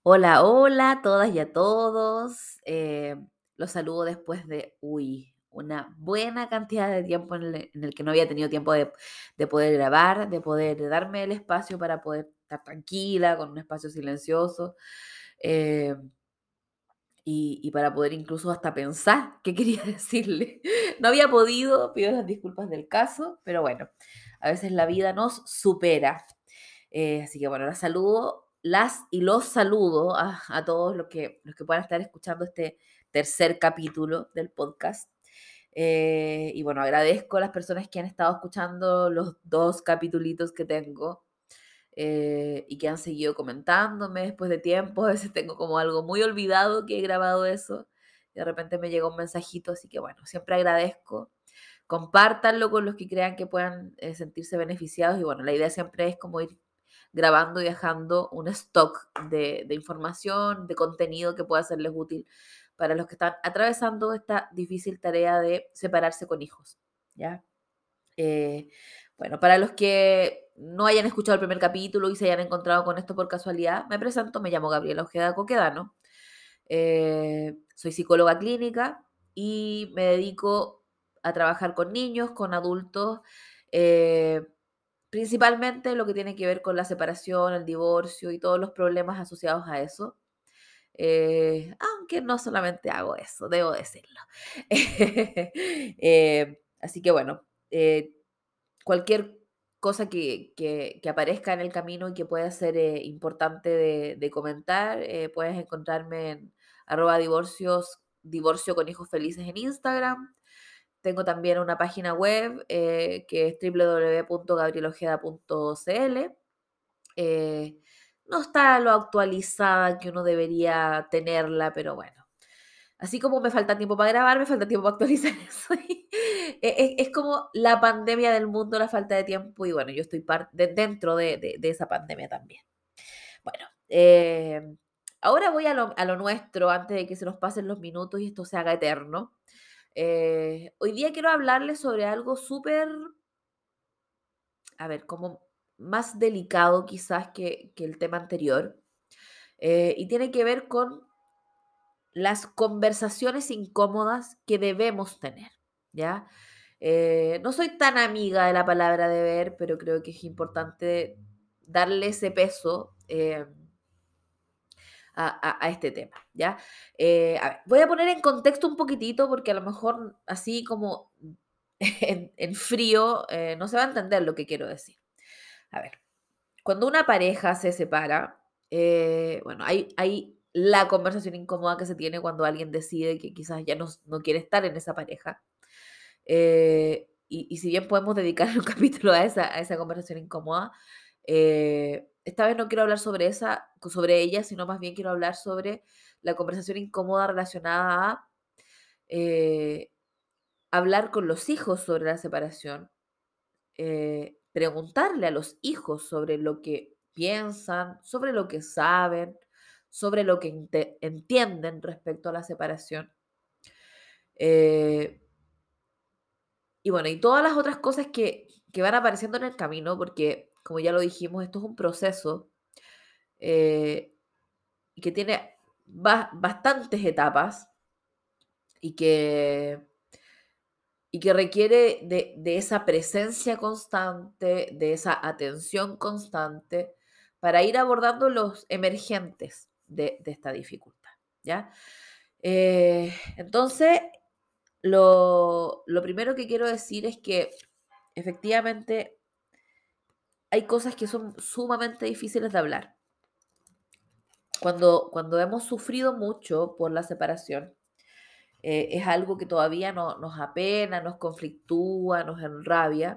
Hola, hola a todas y a todos. Los saludo después de, una buena cantidad de tiempo en el que no había tenido tiempo de poder grabar, de poder darme el espacio para poder estar tranquila, con un espacio silencioso, eh, y para poder incluso hasta pensar qué quería decirle. No había podido, pido las disculpas del caso, pero bueno, a veces la vida nos supera. Así que bueno, las y los saludo a todos los que puedan estar escuchando este tercer capítulo del podcast. Y bueno, agradezco a las personas que han estado escuchando los dos capitulitos que tengo, y que han seguido comentándome después de tiempo. A veces tengo como algo muy olvidado que he grabado eso y de repente me llega un mensajito, así que bueno, siempre agradezco. Compártanlo con los que crean que puedan sentirse beneficiados y bueno, la idea siempre es como ir grabando y dejando un stock de información, de contenido que pueda serles útil para los que están atravesando esta difícil tarea de separarse con hijos, ¿ya? Eh, bueno, para los que no hayan escuchado el primer capítulo y se hayan encontrado con esto por casualidad, me presento, me llamo Gabriela Ojeda Coquedano, soy psicóloga clínica y me dedico a trabajar con niños, con adultos, eh, principalmente lo que tiene que ver con la separación, el divorcio y todos los problemas asociados a eso. Aunque no solamente hago eso, debo decirlo. Así que bueno, cualquier cosa que aparezca en el camino y que pueda ser importante de comentar, puedes encontrarme en divorcio con hijos felices en Instagram. Tengo también una página web que es www.gabrielojeda.cl. Eh, no está lo actualizada que uno debería tenerla, pero bueno. Así como me falta tiempo para grabar, me falta tiempo para actualizar eso. Es como la pandemia del mundo, la falta de tiempo, y bueno, yo estoy dentro de esa pandemia también. Bueno, ahora voy a lo nuestro, antes de que se nos pasen los minutos y esto se haga eterno. Hoy día quiero hablarles sobre algo súper, a ver, como más delicado quizás que el tema anterior, y tiene que ver con las conversaciones incómodas que debemos tener, ¿ya? No soy tan amiga de la palabra deber, pero creo que es importante darle ese peso a este tema, ¿ya? A ver, voy a poner en contexto un poquitito porque a lo mejor así como en frío no se va a entender lo que quiero decir. A ver, cuando una pareja se separa, bueno, hay la conversación incómoda que se tiene cuando alguien decide que quizás ya no quiere estar en esa pareja. Y si bien podemos dedicar un capítulo a esa conversación incómoda, esta vez no quiero hablar sobre ella, sino más bien quiero hablar sobre la conversación incómoda relacionada a eh, hablar con los hijos sobre la separación, preguntarle a los hijos sobre lo que piensan, sobre lo que saben, sobre lo que entienden respecto a la separación. Eh, y bueno, y todas las otras cosas que van apareciendo en el camino, porque como ya lo dijimos, esto es un proceso eh, y que tiene bastantes etapas y que requiere de esa presencia constante, de esa atención constante para ir abordando los emergentes de esta dificultad, ¿ya? Entonces, lo primero que quiero decir es que efectivamente hay cosas que son sumamente difíciles de hablar. Cuando hemos sufrido mucho por la separación, es algo que todavía nos apena, nos conflictúa, nos enrabia.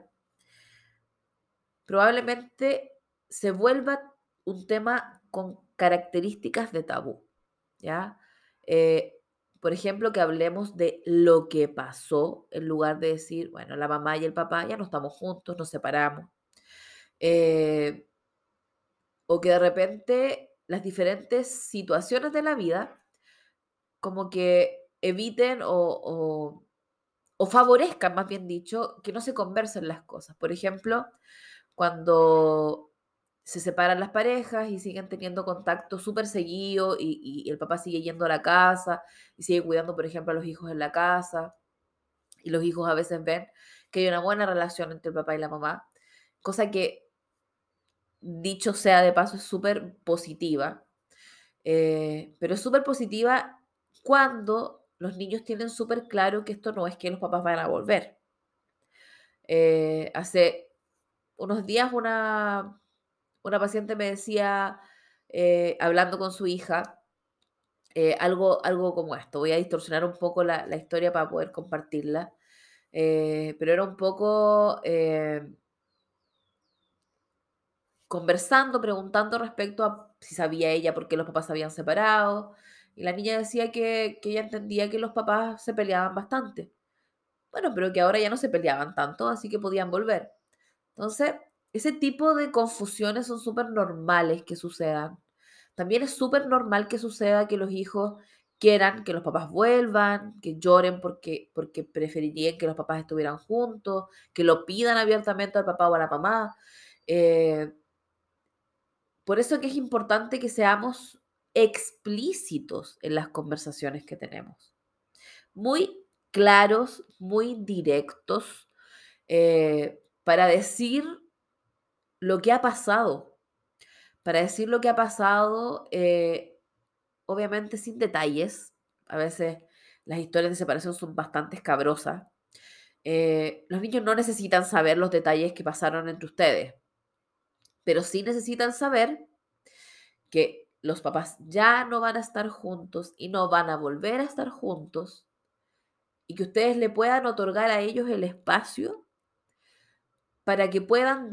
Probablemente se vuelva un tema con características de tabú, ¿ya? Eh, por ejemplo, que hablemos de lo que pasó, en lugar de decir, bueno, la mamá y el papá ya no estamos juntos, nos separamos. Eh, o que de repente las diferentes situaciones de la vida como que eviten o favorezcan, más bien dicho, que no se conversen las cosas. Por ejemplo, cuando se separan las parejas y siguen teniendo contacto súper seguido y el papá sigue yendo a la casa y sigue cuidando, por ejemplo, a los hijos en la casa y los hijos a veces ven que hay una buena relación entre el papá y la mamá, cosa que, dicho sea de paso, es súper positiva, pero es súper positiva cuando los niños tienen súper claro que esto no es que los papás van a volver. Hace unos días una paciente me decía, hablando con su hija, algo como esto. Voy a distorsionar un poco la historia para poder compartirla, pero era un poco conversando, preguntando respecto a si sabía ella por qué los papás se habían separado. Y la niña decía que ella entendía que los papás se peleaban bastante. Bueno, pero que ahora ya no se peleaban tanto, así que podían volver. Entonces, ese tipo de confusiones son súper normales que sucedan. También es súper normal que suceda que los hijos quieran que los papás vuelvan, que lloren porque preferirían que los papás estuvieran juntos, que lo pidan abiertamente al papá o a la mamá. Eh, por eso que es importante que seamos explícitos en las conversaciones que tenemos. Muy claros, muy directos, para decir lo que ha pasado. Para decir lo que ha pasado, obviamente sin detalles. A veces las historias de separación son bastante escabrosas. Los niños no necesitan saber los detalles que pasaron entre ustedes, pero sí necesitan saber que los papás ya no van a estar juntos y no van a volver a estar juntos y que ustedes le puedan otorgar a ellos el espacio para que puedan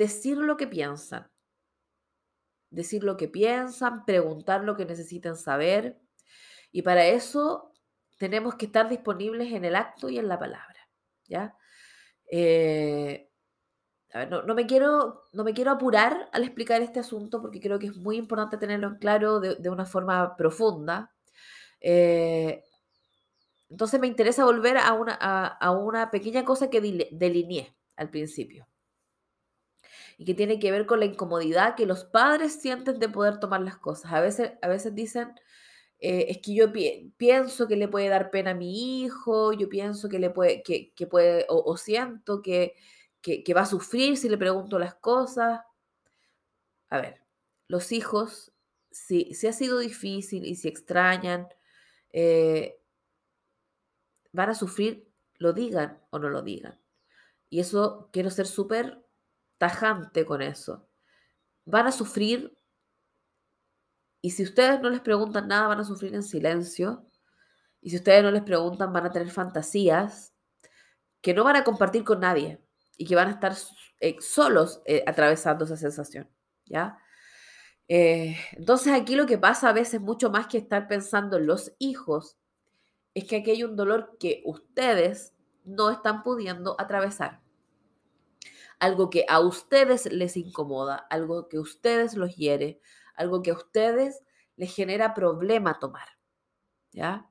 decir lo que piensan, preguntar lo que necesitan saber, y para eso tenemos que estar disponibles en el acto y en la palabra, ¿ya? Eh, a ver, no me quiero apurar al explicar este asunto porque creo que es muy importante tenerlo en claro de una forma profunda. Eh, entonces me interesa volver a una pequeña cosa que delineé al principio y que tiene que ver con la incomodidad que los padres sienten de poder tomar las cosas. A veces dicen, es que yo pienso que le puede dar pena a mi hijo, yo pienso que puede, o siento que va a sufrir si le pregunto las cosas. A ver, los hijos, si ha sido difícil y si extrañan, eh, van a sufrir, lo digan o no lo digan. Y eso quiero ser súper tajante con eso. Van a sufrir y si ustedes no les preguntan nada, van a sufrir en silencio. Y si ustedes no les preguntan, van a tener fantasías que no van a compartir con nadie y que van a estar solos atravesando esa sensación, ¿ya? Entonces aquí lo que pasa a veces mucho más que estar pensando en los hijos es que aquí hay un dolor que ustedes no están pudiendo atravesar. Algo que a ustedes les incomoda, algo que a ustedes los hiere, algo que a ustedes les genera problema tomar, ¿ya?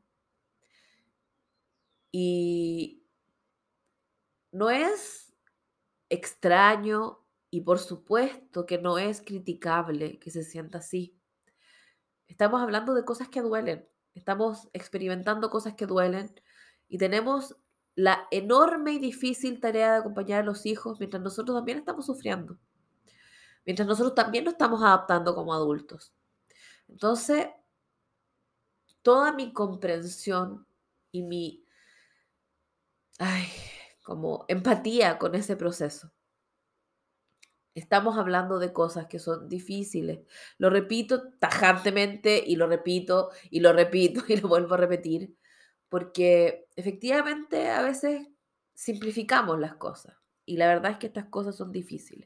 Y no es extraño y por supuesto que no es criticable que se sienta así. Estamos hablando de cosas que duelen, estamos experimentando cosas que duelen y tenemos la enorme y difícil tarea de acompañar a los hijos mientras nosotros también estamos sufriendo, mientras nosotros también nos estamos adaptando como adultos. Entonces, toda mi comprensión y mi, ay, como empatía con ese proceso. Estamos hablando de cosas que son difíciles. Lo repito tajantemente y lo repito y lo repito y lo vuelvo a repetir, porque efectivamente a veces simplificamos las cosas y la verdad es que estas cosas son difíciles.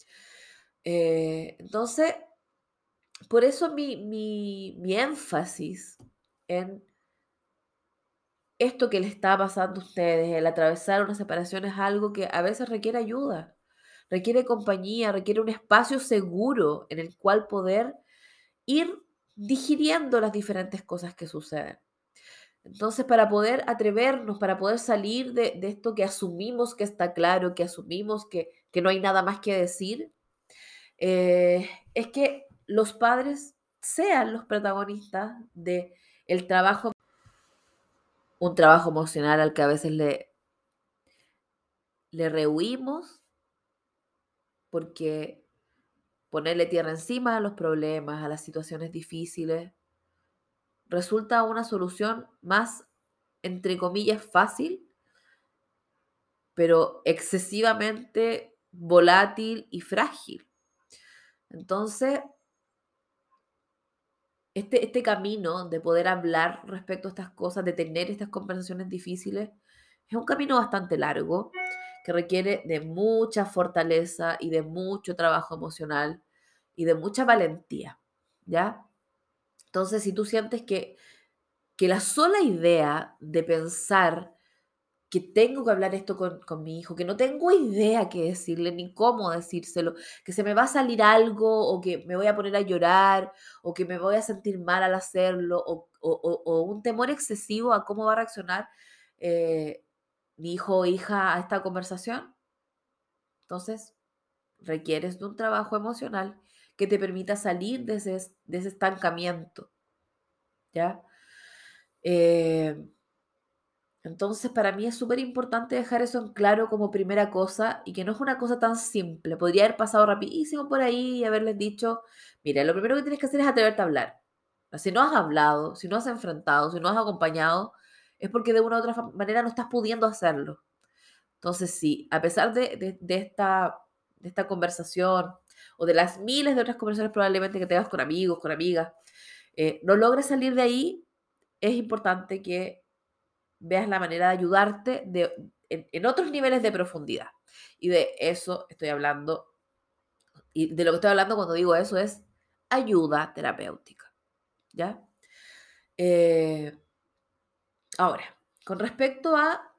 Entonces, por eso mi énfasis en esto que le está pasando a ustedes, el atravesar una separación, es algo que a veces requiere ayuda, requiere compañía, requiere un espacio seguro en el cual poder ir digiriendo las diferentes cosas que suceden. Entonces, para poder atrevernos, para poder salir de esto que asumimos que está claro, que asumimos que no hay nada más que decir, es que los padres sean los protagonistas de el trabajo, un trabajo emocional al que a veces le rehuimos porque ponerle tierra encima a los problemas, a las situaciones difíciles, resulta una solución más, entre comillas, fácil, pero excesivamente volátil y frágil. Entonces, este camino de poder hablar respecto a estas cosas, de tener estas conversaciones difíciles, es un camino bastante largo que requiere de mucha fortaleza y de mucho trabajo emocional y de mucha valentía, ¿ya? Entonces, si tú sientes que la sola idea de pensar que tengo que hablar esto con mi hijo, que no tengo idea qué decirle ni cómo decírselo, que se me va a salir algo o que me voy a poner a llorar o que me voy a sentir mal al hacerlo o un temor excesivo a cómo va a reaccionar eh, mi hijo o hija a esta conversación. Entonces, requieres de un trabajo emocional que te permita salir de ese estancamiento, ¿ya? Eh, Entonces, para mí es súper importante dejar eso en claro como primera cosa y que no es una cosa tan simple. Podría haber pasado rapidísimo por ahí y haberles dicho, mira, lo primero que tienes que hacer es atreverte a hablar. Si no has hablado, si no has enfrentado, si no has acompañado, es porque de una u otra manera no estás pudiendo hacerlo. Entonces, sí, a pesar de esta conversación o de las miles de otras conversaciones probablemente que tengas con amigos, con amigas, no logres salir de ahí, es importante que veas la manera de ayudarte en otros niveles de profundidad. Y de eso estoy hablando, y de lo que estoy hablando cuando digo eso es ayuda terapéutica, ¿ya? Eh, Ahora, con respecto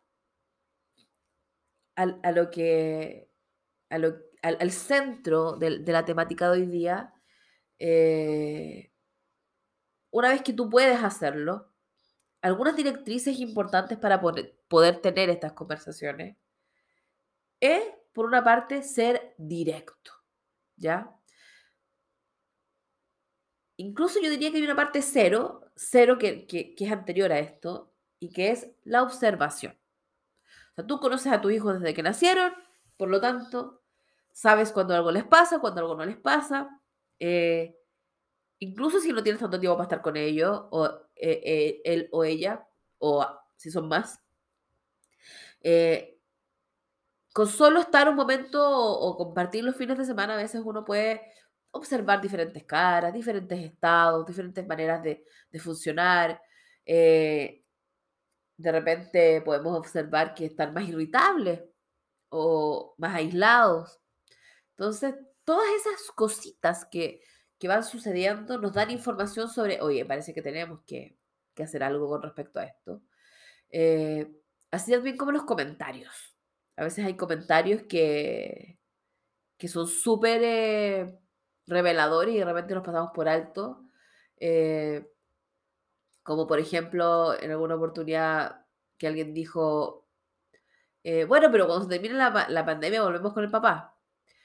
a lo que, al centro de la temática de hoy día, eh, una vez que tú puedes hacerlo, algunas directrices importantes para poder tener estas conversaciones es, por una parte, ser directo, ¿ya? Incluso yo diría que hay una parte cero, cero que es anterior a esto, y que es la observación. O sea, tú conoces a tu hijo desde que nacieron, por lo tanto, sabes cuando algo les pasa, cuando algo no les pasa, eh, incluso si no tienes tanto tiempo para estar con ellos, o él o ella, o si son más, eh, con solo estar un momento o compartir los fines de semana, a veces uno puede observar diferentes caras, diferentes estados, diferentes maneras de funcionar. Eh, de repente podemos observar que están más irritables o más aislados. Entonces, todas esas cositas que van sucediendo nos dan información sobre, oye, parece que tenemos que hacer algo con respecto a esto. Eh, Así también como los comentarios. A veces hay comentarios que son súper reveladores y de repente los pasamos por alto. eh, Como por ejemplo, en alguna oportunidad que alguien dijo, bueno, pero cuando se termine la pandemia volvemos con el papá.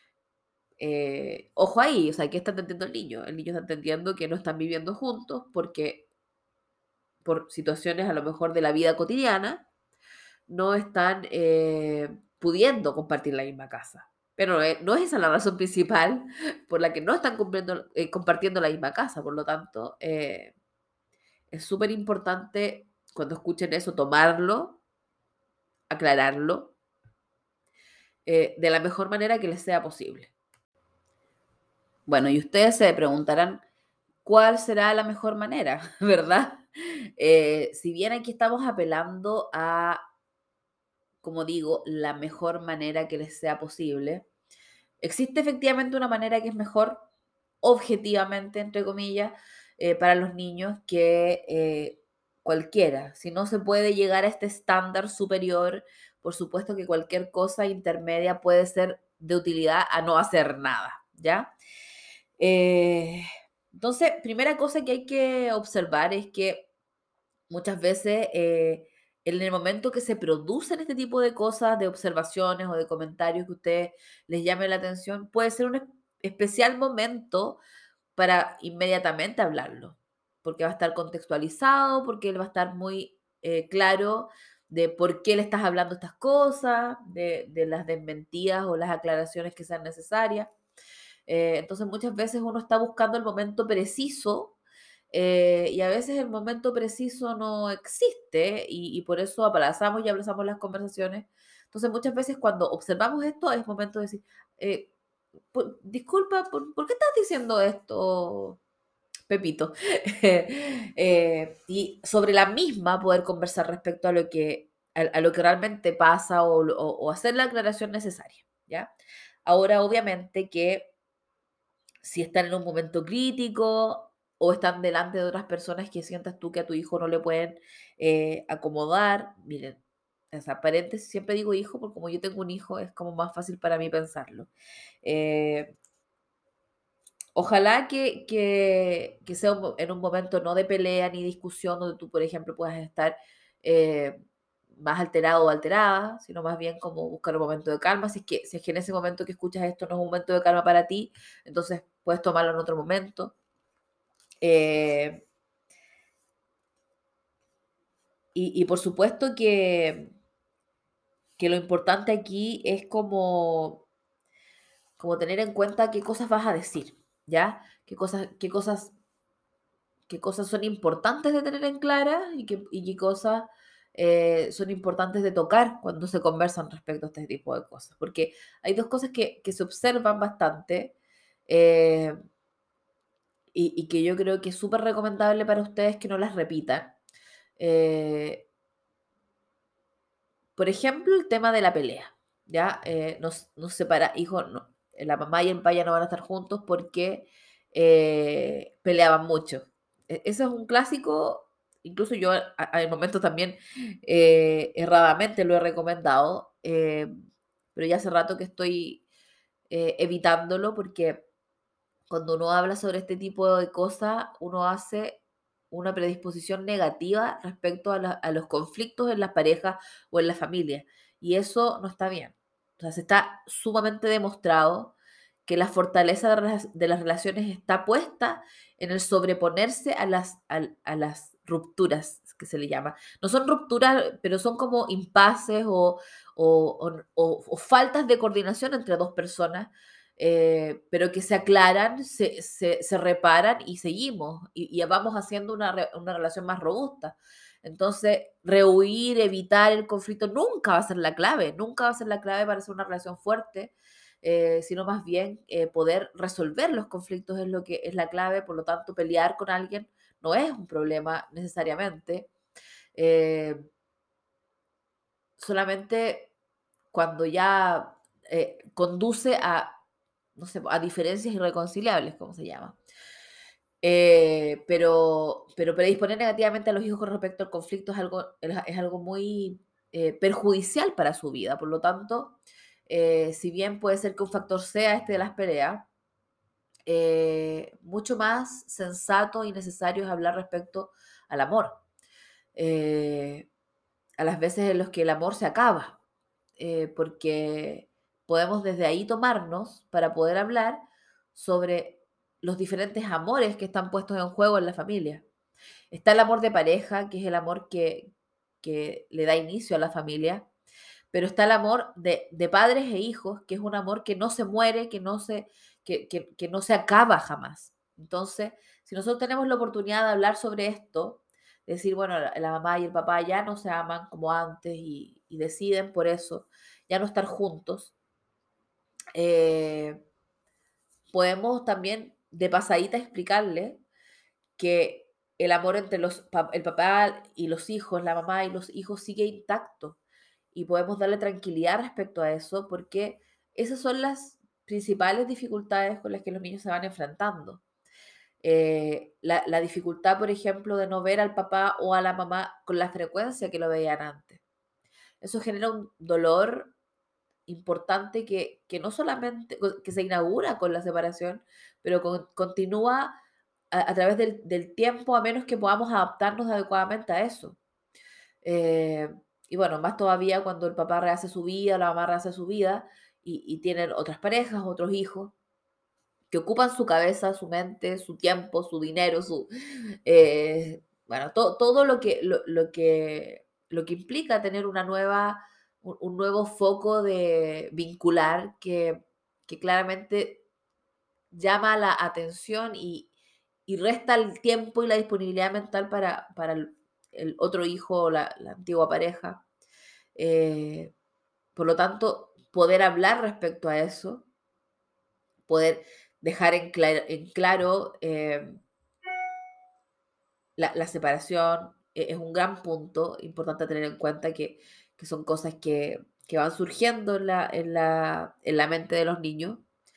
Ojo ahí, o sea, ¿qué está entendiendo el niño? El niño está entendiendo que no están viviendo juntos porque por situaciones a lo mejor de la vida cotidiana no están pudiendo compartir la misma casa. Pero no es esa la razón principal por la que no están compartiendo la misma casa. Por lo tanto, es súper importante cuando escuchen eso tomarlo, aclararlo, de la mejor manera que les sea posible. Bueno, y ustedes se preguntarán cuál será la mejor manera, ¿verdad? Si bien aquí estamos apelando a, como digo, la mejor manera que les sea posible, existe efectivamente una manera que es mejor, objetivamente, entre comillas, para los niños que cualquiera. Si no se puede llegar a este estándar superior, por supuesto que cualquier cosa intermedia puede ser de utilidad a no hacer nada, ¿ya? Eh, entonces, primera cosa que hay que observar es que muchas veces en el momento que se producen este tipo de cosas, de observaciones o de comentarios que a ustedes les llame la atención, puede ser especial momento para inmediatamente hablarlo, porque va a estar contextualizado, porque él va a estar muy claro de por qué le estás hablando estas cosas, de las desmentidas o las aclaraciones que sean necesarias. Entonces muchas veces uno está buscando el momento preciso y a veces el momento preciso no existe y por eso aplazamos y aplazamos las conversaciones. Entonces muchas veces cuando observamos esto es momento de decir, eh, disculpa, ¿por qué estás diciendo esto, Pepito? Y sobre la misma poder conversar respecto a a lo que realmente pasa o hacer la aclaración necesaria, ¿ya? Ahora, obviamente que si están en un momento crítico o están delante de otras personas que sientas tú que a tu hijo no le pueden acomodar, miren, o sea, paréntesis, siempre digo hijo porque como yo tengo un hijo es como más fácil para mí pensarlo. Eh, Ojalá que sea en un momento no de pelea ni discusión donde tú, por ejemplo, puedas estar eh, más alterado o alterada, sino más bien como buscar un momento de calma. Si es que en ese momento que escuchas esto no es un momento de calma para ti, entonces puedes tomarlo en otro momento. Eh, y por supuesto que lo importante aquí es como tener en cuenta qué cosas vas a decir, ¿ya? Qué cosas son importantes de tener en clara y qué cosas son importantes de tocar cuando se conversan respecto a este tipo de cosas. Porque hay dos cosas que se observan bastante eh, y que yo creo que es súper recomendable para ustedes que no las repitan. Eh, por ejemplo, el tema de la pelea. ¿Ya? Nos separa, hijo, no, la mamá y el papá ya no van a estar juntos porque peleaban mucho. Eso es un clásico, incluso yo al momento también erradamente lo he recomendado, pero ya hace rato que estoy evitándolo porque cuando uno habla sobre este tipo de cosas, uno hace una predisposición negativa respecto a los conflictos en las parejas o en la familia. Y eso no está bien. O sea, se está sumamente demostrado que la fortaleza de las relaciones está puesta en el sobreponerse a las rupturas, que se le llama. No son rupturas, pero son como impases o faltas de coordinación entre dos personas pero que se aclaran, se reparan y seguimos y vamos haciendo una relación más robusta. Entonces, rehuir, evitar el conflicto nunca va a ser la clave, nunca va a ser la clave para hacer una relación fuerte, sino más bien poder resolver los conflictos es lo que es la clave, por lo tanto, pelear con alguien no es un problema necesariamente, eh, solamente cuando ya conduce a no sé, a diferencias irreconciliables, como se llama. Pero predisponer negativamente a los hijos con respecto al conflicto es algo muy perjudicial para su vida. Por lo tanto, si bien puede ser que un factor sea este de las peleas, mucho más sensato y necesario es hablar respecto al amor. Eh, a las veces en los que el amor se acaba, porque podemos desde ahí tomarnos para poder hablar sobre los diferentes amores que están puestos en juego en la familia. Está el amor de pareja, que es el amor que le da inicio a la familia, pero está el amor de padres e hijos, que es un amor que no se muere, que no se acaba jamás. Entonces, si nosotros tenemos la oportunidad de hablar sobre esto, decir, bueno, la mamá y el papá ya no se aman como antes y deciden por eso ya no estar juntos, eh, podemos también de pasadita explicarle que el amor entre el papá y los hijos, la mamá y los hijos sigue intacto y podemos darle tranquilidad respecto a eso porque esas son las principales dificultades con las que los niños se van enfrentando. La dificultad, por ejemplo, de no ver al papá o a la mamá con la frecuencia que lo veían antes. Eso genera un dolor importante que no solamente que se inaugura con la separación, pero continúa a través del tiempo a menos que podamos adaptarnos adecuadamente a eso. Eh, y bueno, más todavía cuando el papá rehace su vida, la mamá rehace su vida y tienen otras parejas, otros hijos. que ocupan su cabeza, su mente, su tiempo, su dinero, bueno, todo lo que implica tener un nuevo foco de vincular que claramente llama la atención y resta el tiempo y la disponibilidad mental para el otro hijo o la antigua pareja. Eh, por lo tanto, poder hablar respecto a eso, poder dejar en claro la separación, es un gran punto importante a tener en cuenta que son cosas que van surgiendo en la mente de los niños.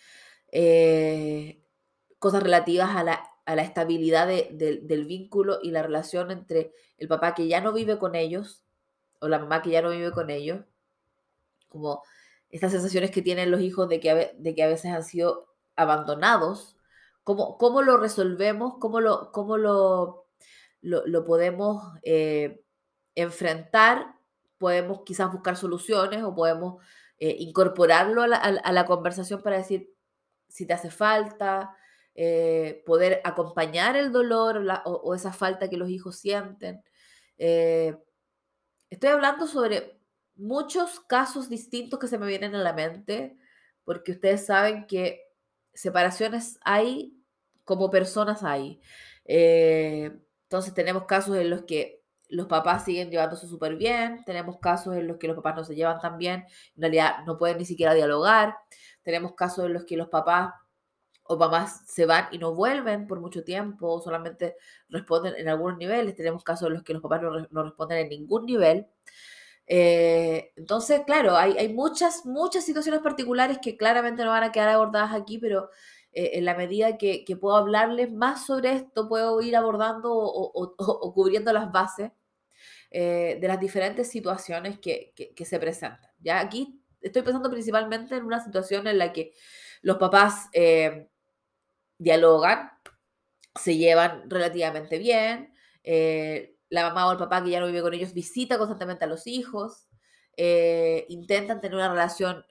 eh, Cosas relativas a la estabilidad del vínculo y la relación entre el papá que ya no vive con ellos o la mamá que ya no vive con ellos, como estas sensaciones que tienen los hijos de que a veces han sido abandonados. ¿Cómo lo resolvemos? ¿Cómo lo podemos enfrentar? Podemos quizás buscar soluciones o podemos incorporarlo a la conversación para decir, si te hace falta, poder acompañar el dolor o esa falta que los hijos sienten. Eh, Estoy hablando sobre muchos casos distintos que se me vienen a la mente, porque ustedes saben que separaciones hay como personas hay. Entonces tenemos casos en los que los papás siguen llevándose súper bien, tenemos casos en los que los papás no se llevan tan bien, en realidad no pueden ni siquiera dialogar, tenemos casos en los que los papás o mamás se van y no vuelven por mucho tiempo, o solamente responden en algunos niveles. Tenemos casos en los que los papás no responden en ningún nivel. Entonces, claro, hay muchas situaciones particulares que claramente no van a quedar abordadas aquí, pero en la medida que puedo hablarles más sobre esto, puedo ir abordando o cubriendo las bases de las diferentes situaciones que se presentan. Ya aquí estoy pensando principalmente en una situación en la que los papás dialogan, se llevan relativamente bien, la mamá o el papá que ya no vive con ellos visita constantemente a los hijos, intentan tener una relación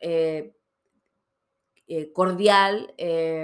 cordial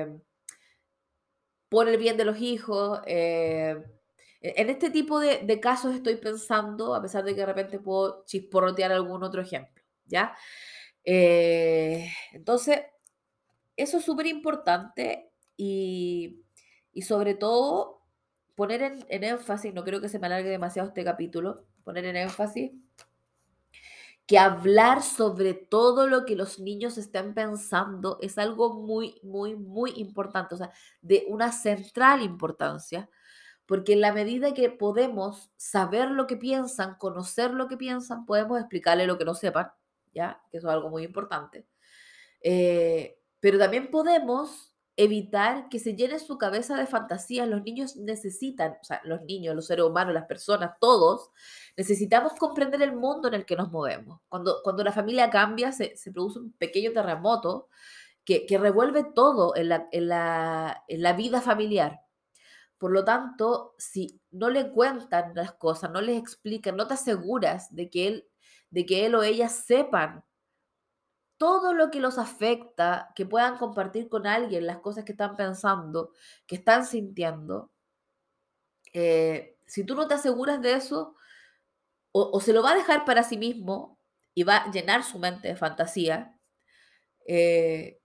por el bien de los hijos. En este tipo de casos estoy pensando, a pesar de que de repente puedo chisporrotear algún otro ejemplo, ¿ya? Entonces, eso es súper importante y sobre todo poner en énfasis, no creo que se me alargue demasiado este capítulo, poner en énfasis que hablar sobre todo lo que los niños están pensando es algo muy, muy, muy importante, o sea, de una central importancia, porque en la medida que podemos saber lo que piensan, conocer lo que piensan, podemos explicarle lo que no sepan, ¿ya? Que eso es algo muy importante. Pero también podemos evitar que se llene su cabeza de fantasías. Los niños necesitan, o sea, los niños, los seres humanos, las personas, todos, necesitamos comprender el mundo en el que nos movemos. Cuando la familia cambia, se produce un pequeño terremoto que revuelve todo en la vida familiar. Por lo tanto, si no le cuentan las cosas, no les explican, no te aseguras de que él o ella sepan todo lo que los afecta, que puedan compartir con alguien las cosas que están pensando, que están sintiendo, si tú no te aseguras de eso, o se lo va a dejar para sí mismo y va a llenar su mente de fantasía, eh,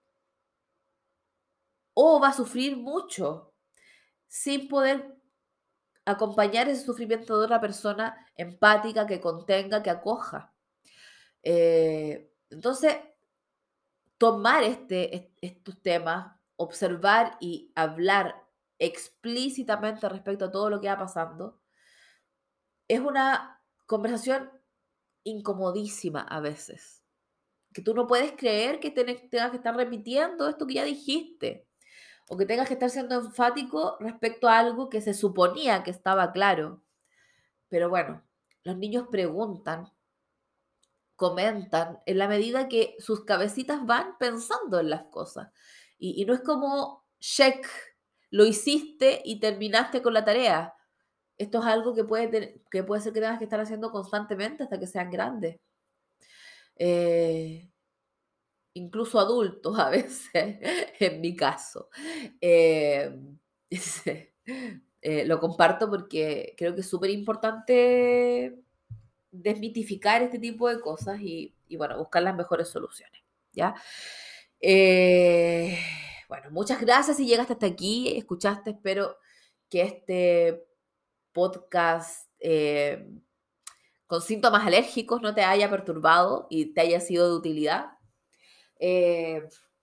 o va a sufrir mucho sin poder acompañar ese sufrimiento de otra persona empática, que contenga, que acoja. Entonces, tomar estos temas, observar y hablar explícitamente respecto a todo lo que va pasando, es una conversación incomodísima a veces. Que tú no puedes creer que tengas que estar repitiendo esto que ya dijiste, o que tengas que estar siendo enfático respecto a algo que se suponía que estaba claro. Pero bueno, los niños preguntan, comentan en la medida que sus cabecitas van pensando en las cosas. Y no es como, check, lo hiciste y terminaste con la tarea. Esto es algo que puede ser que tengas que estar haciendo constantemente hasta que sean grandes. Eh, incluso adultos a veces, en mi caso. Eh, sí, lo comparto porque creo que es súper importante desmitificar este tipo de cosas y, bueno, buscar las mejores soluciones, ¿ya? Eh, bueno, muchas gracias si llegaste hasta aquí, escuchaste, espero que este podcast con síntomas alérgicos no te haya perturbado y te haya sido de utilidad. Eh,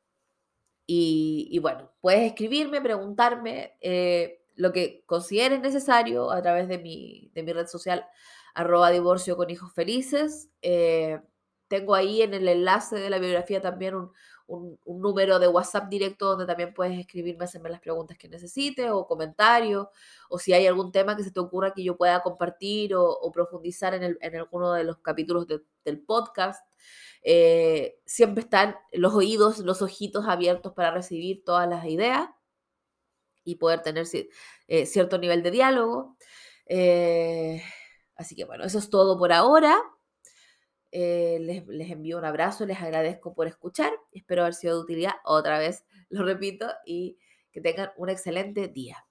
y bueno, puedes escribirme, preguntarme lo que consideres necesario a través de mi red social, @divorcio con hijos felices. Tengo ahí en el enlace de la biografía también un número de WhatsApp directo donde también puedes escribirme, hacerme las preguntas que necesites o comentarios, o si hay algún tema que se te ocurra que yo pueda compartir o profundizar en alguno de los capítulos del podcast. Siempre están los oídos, los ojitos abiertos para recibir todas las ideas y poder tener cierto nivel de diálogo. Eh, Así que bueno, eso es todo por ahora. Les envío un abrazo, les agradezco por escuchar. Espero haber sido de utilidad. Otra vez, lo repito, y que tengan un excelente día.